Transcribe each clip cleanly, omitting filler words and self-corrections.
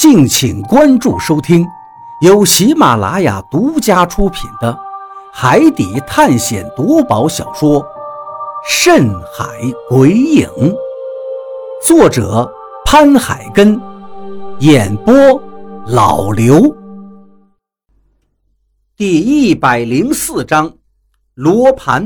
敬请关注收听，由喜马拉雅独家出品的海底探险夺宝小说《深海鬼影》，作者潘海根，演播老刘。第104章罗盘。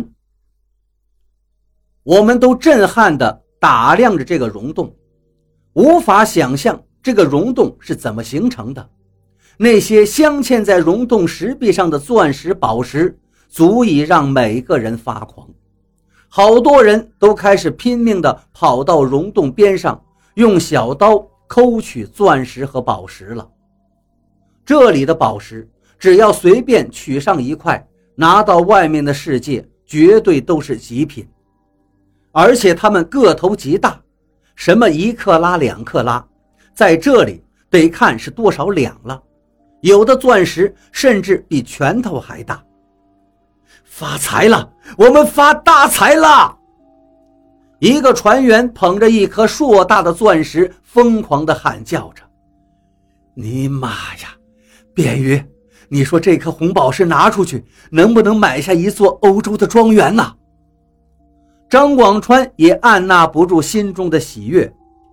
我们都震撼地打量着这个溶洞，无法想象这个溶洞是怎么形成的。那些镶嵌在溶洞石壁上的钻石宝石足以让每个人发狂。好多人都开始拼命地跑到溶洞边上，用小刀抠取钻石和宝石了。这里的宝石只要随便取上一块，拿到外面的世界绝对都是极品。而且它们个头极大，什么1克拉、2克拉，在这里得看是多少两了。有的钻石甚至比拳头还大。发财了，我们发大财了！一个船员捧着一颗硕大的钻石疯狂地喊叫着。你妈呀，便于，你说这颗红宝石拿出去能不能买下一座欧洲的庄园呢？张广川也按捺不住心中的喜悦。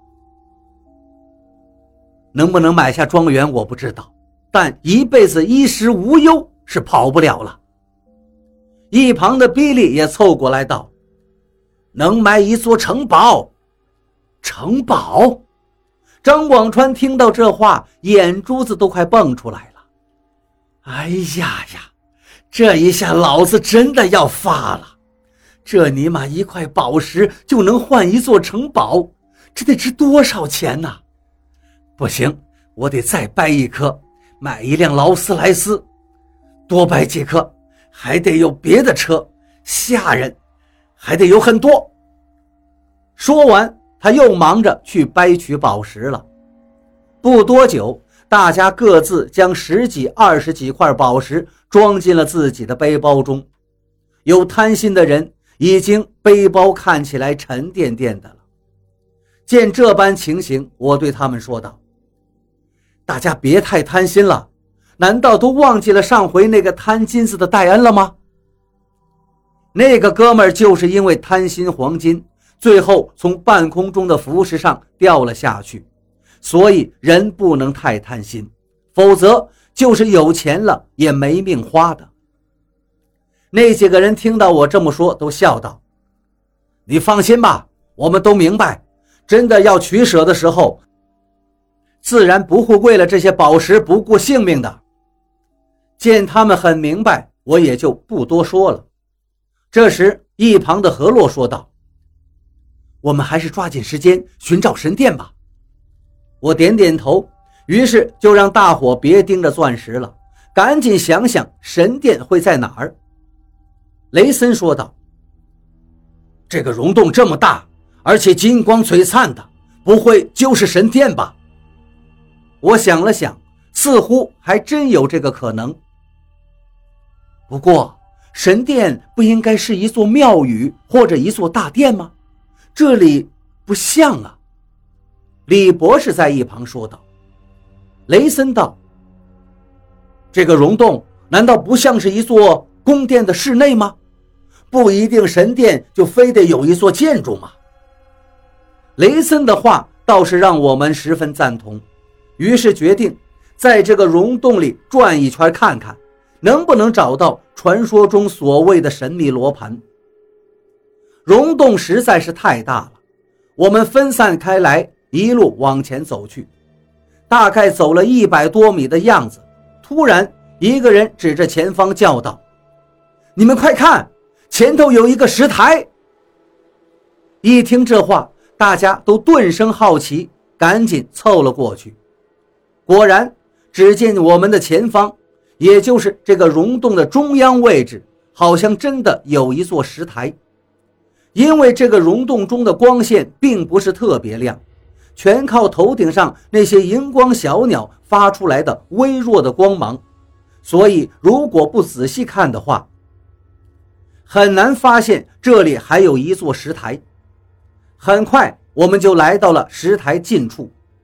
能不能买下庄园我不知道，但一辈子衣食无忧是跑不了了。一旁的比利也凑过来道，能买一座城堡。城堡？张广川听到这话，眼珠子都快蹦出来了。哎呀呀，这一下老子真的要发了。这尼玛一块宝石就能换一座城堡，这得值多少钱呢？不行，我得再掰一颗，买一辆劳斯莱斯，多掰几颗，还得有别的车，吓人，还得有很多。说完，他又忙着去掰取宝石了。不多久，大家各自将10几、20几块宝石装进了自己的背包中。有贪心的人已经背包看起来沉甸甸的了。见这般情形，我对他们说道，大家别太贪心了，难道都忘记了上回那个贪金子的戴恩了吗？那个哥们儿就是因为贪心黄金，最后从半空中的浮石上掉了下去。所以人不能太贪心，否则就是有钱了也没命花的。那几个人听到我这么说都笑道，你放心吧，我们都明白，真的要取舍的时候自然不会为了这些宝石不顾性命的。见他们很明白，我也就不多说了。这时一旁的何洛说道，我们还是抓紧时间寻找神殿吧。我点点头，于是就让大伙别盯着钻石了，赶紧想想神殿会在哪儿。雷森说道，这个溶洞这么大，而且金光璀璨的，不会就是神殿吧？我想了想，似乎还真有这个可能。不过神殿不应该是一座庙宇或者一座大殿吗？这里不像啊。李博士在一旁说道。雷森道，这个溶洞难道不像是一座宫殿的室内吗？不一定神殿就非得有一座建筑吗？雷森的话倒是让我们十分赞同，于是决定在这个溶洞里转一圈看看，能不能找到传说中所谓的神秘罗盘。溶洞实在是太大了，我们分散开来，一路往前走去。大概走了100多米的样子，突然一个人指着前方叫道，你们快看，前头有一个石台。一听这话，大家都顿生好奇，赶紧凑了过去。果然，只见我们的前方，也就是这个溶洞的中央位置，好像真的有一座石台。因为这个溶洞中的光线并不是特别亮，全靠头顶上那些荧光小鸟发出来的微弱的光芒，所以如果不仔细看的话，很难发现这里还有一座石台。很快我们就来到了石台近处，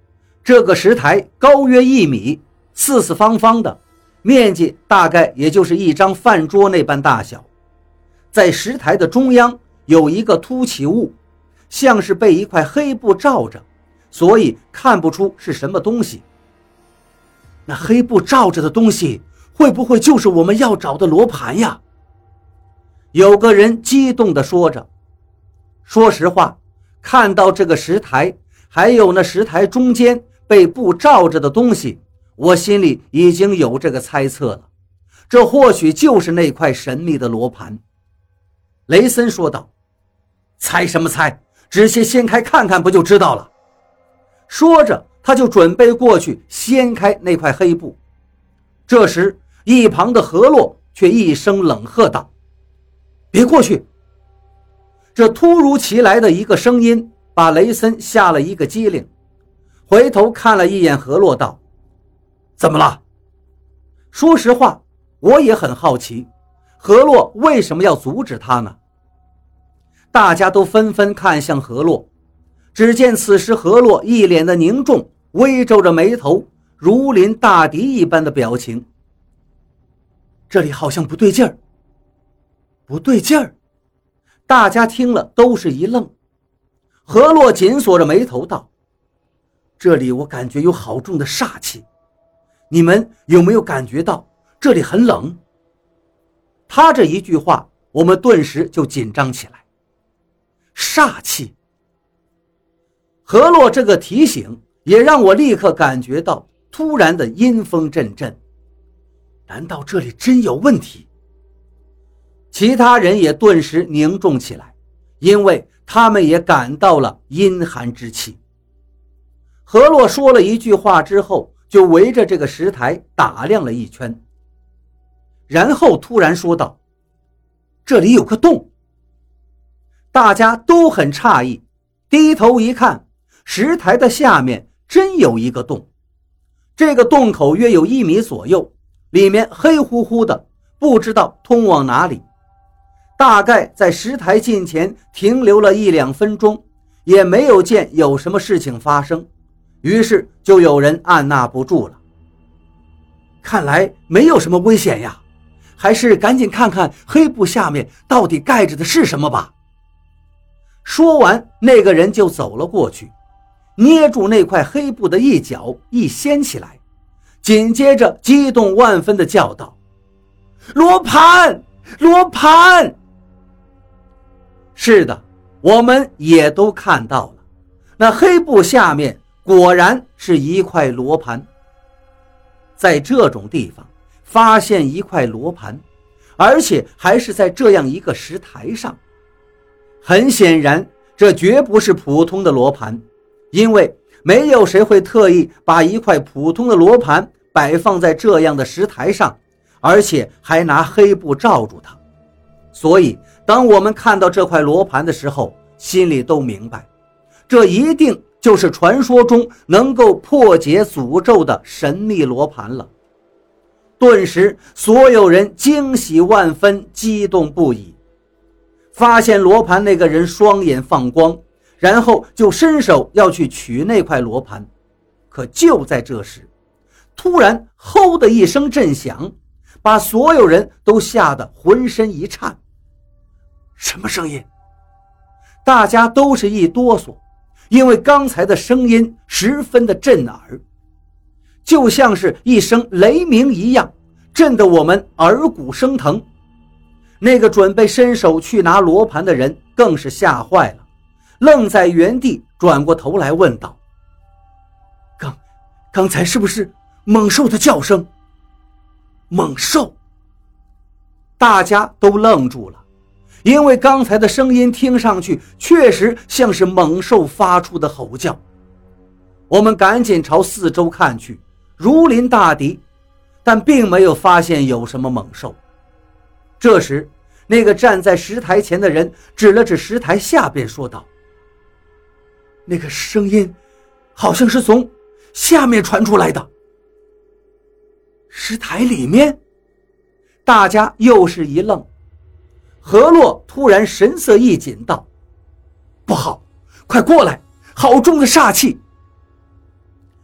这个石台高约1米，四四方方的，面积大概也就是一张饭桌那般大小。在石台的中央有一个凸起物，像是被一块黑布罩着，所以看不出是什么东西。那黑布罩着的东西会不会就是我们要找的罗盘呀？有个人激动地说着。说实话，看到这个石台还有那石台中间被布罩着的东西，我心里已经有这个猜测了，这或许就是那块神秘的罗盘。雷森说道：猜什么猜，直接掀开看看不就知道了。说着他就准备过去掀开那块黑布。这时一旁的何洛却一声冷喝道：别过去！这突如其来的一个声音把雷森吓了一个激灵，回头看了一眼何洛道：怎么了？说实话，我也很好奇，何洛为什么要阻止他呢？大家都纷纷看向何洛，只见此时何洛一脸的凝重，微皱着眉头，如临大敌一般的表情。这里好像不对劲儿，不对劲儿！大家听了都是一愣。何洛紧锁着眉头道：这里我感觉有好重的煞气，你们有没有感觉到这里很冷？他这一句话，我们顿时就紧张起来。煞气！何洛这个提醒也让我立刻感觉到突然的阴风阵阵。难道这里真有问题？其他人也顿时凝重起来，因为他们也感到了阴寒之气。何洛说了一句话之后，就围着这个石台打量了一圈，然后突然说道：这里有个洞。大家都很诧异，低头一看，石台的下面真有一个洞。这个洞口约有1米左右，里面黑乎乎的，不知道通往哪里。大概在石台近前停留了1-2分钟，也没有见有什么事情发生，于是就有人按捺不住了。看来没有什么危险呀，还是赶紧看看黑布下面到底盖着的是什么吧。说完，那个人就走了过去，捏住那块黑布的一角一掀起来，紧接着激动万分地叫道：罗盘！罗盘！是的，我们也都看到了，那黑布下面果然是一块罗盘。在这种地方发现一块罗盘，而且还是在这样一个石台上，很显然这绝不是普通的罗盘，因为没有谁会特意把一块普通的罗盘摆放在这样的石台上，而且还拿黑布罩住它。所以当我们看到这块罗盘的时候，心里都明白，这一定就是传说中能够破解诅咒的神秘罗盘了。顿时所有人惊喜万分，激动不已。发现罗盘那个人双眼放光，然后就伸手要去取那块罗盘。可就在这时，突然吼的一声震响，把所有人都吓得浑身一颤。什么声音？大家都是一哆嗦，因为刚才的声音十分的震耳，就像是一声雷鸣一样，震得我们耳骨生疼。那个准备伸手去拿罗盘的人更是吓坏了，愣在原地，转过头来问道：刚才是不是猛兽的叫声？猛兽！大家都愣住了，因为刚才的声音听上去确实像是猛兽发出的吼叫。我们赶紧朝四周看去，如临大敌，但并没有发现有什么猛兽。这时那个站在石台前的人指了指石台下边说道：那个声音好像是从下面传出来的。石台里面？大家又是一愣。何洛突然神色一紧道：不好，快过来，好重的煞气！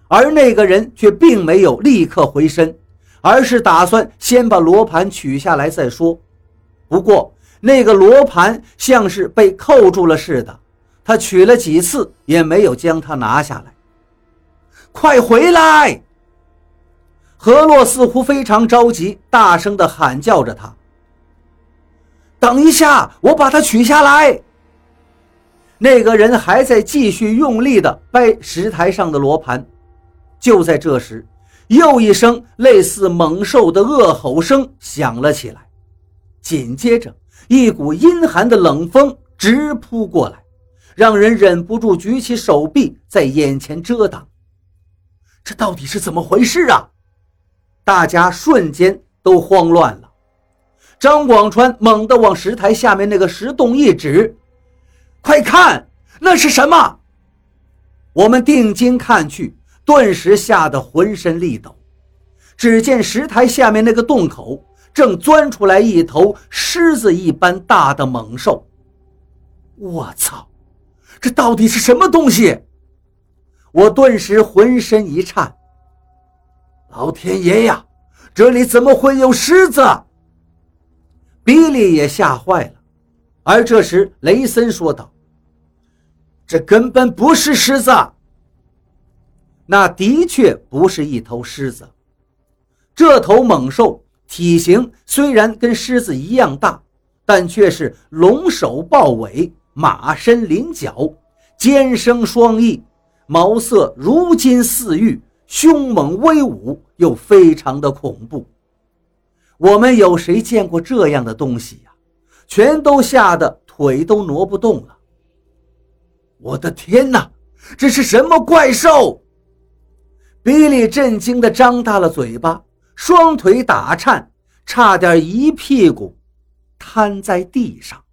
而那个人却并没有立刻回身，而是打算先把罗盘取下来再说。不过那个罗盘像是被扣住了似的，他取了几次也没有将它拿下来。快回来！何洛似乎非常着急，大声地喊叫着他。等一下，我把它取下来。那个人还在继续用力地掰石台上的罗盘。就在这时，又一声类似猛兽的恶吼声响了起来，紧接着一股阴寒的冷风直扑过来，让人忍不住举起手臂在眼前遮挡。这到底是怎么回事啊？大家瞬间都慌乱了。张广川猛地往石台下面那个石洞一指，快看，那是什么？我们定睛看去，顿时吓得浑身力抖。只见石台下面那个洞口正钻出来一头狮子一般大的猛兽。我操，这到底是什么东西？我顿时浑身一颤。老天爷呀，这里怎么会有狮子？比利也吓坏了。而这时雷森说道，这根本不是狮子。那的确不是一头狮子。这头猛兽体型虽然跟狮子一样大，但却是龙首豹尾，马身麟角，尖生双翼，毛色如金似玉，凶猛威武，又非常的恐怖。我们有谁见过这样的东西呀？全都吓得腿都挪不动了。我的天哪，这是什么怪兽？比利震惊地张大了嘴巴，双腿打颤，差点一屁股瘫在地上。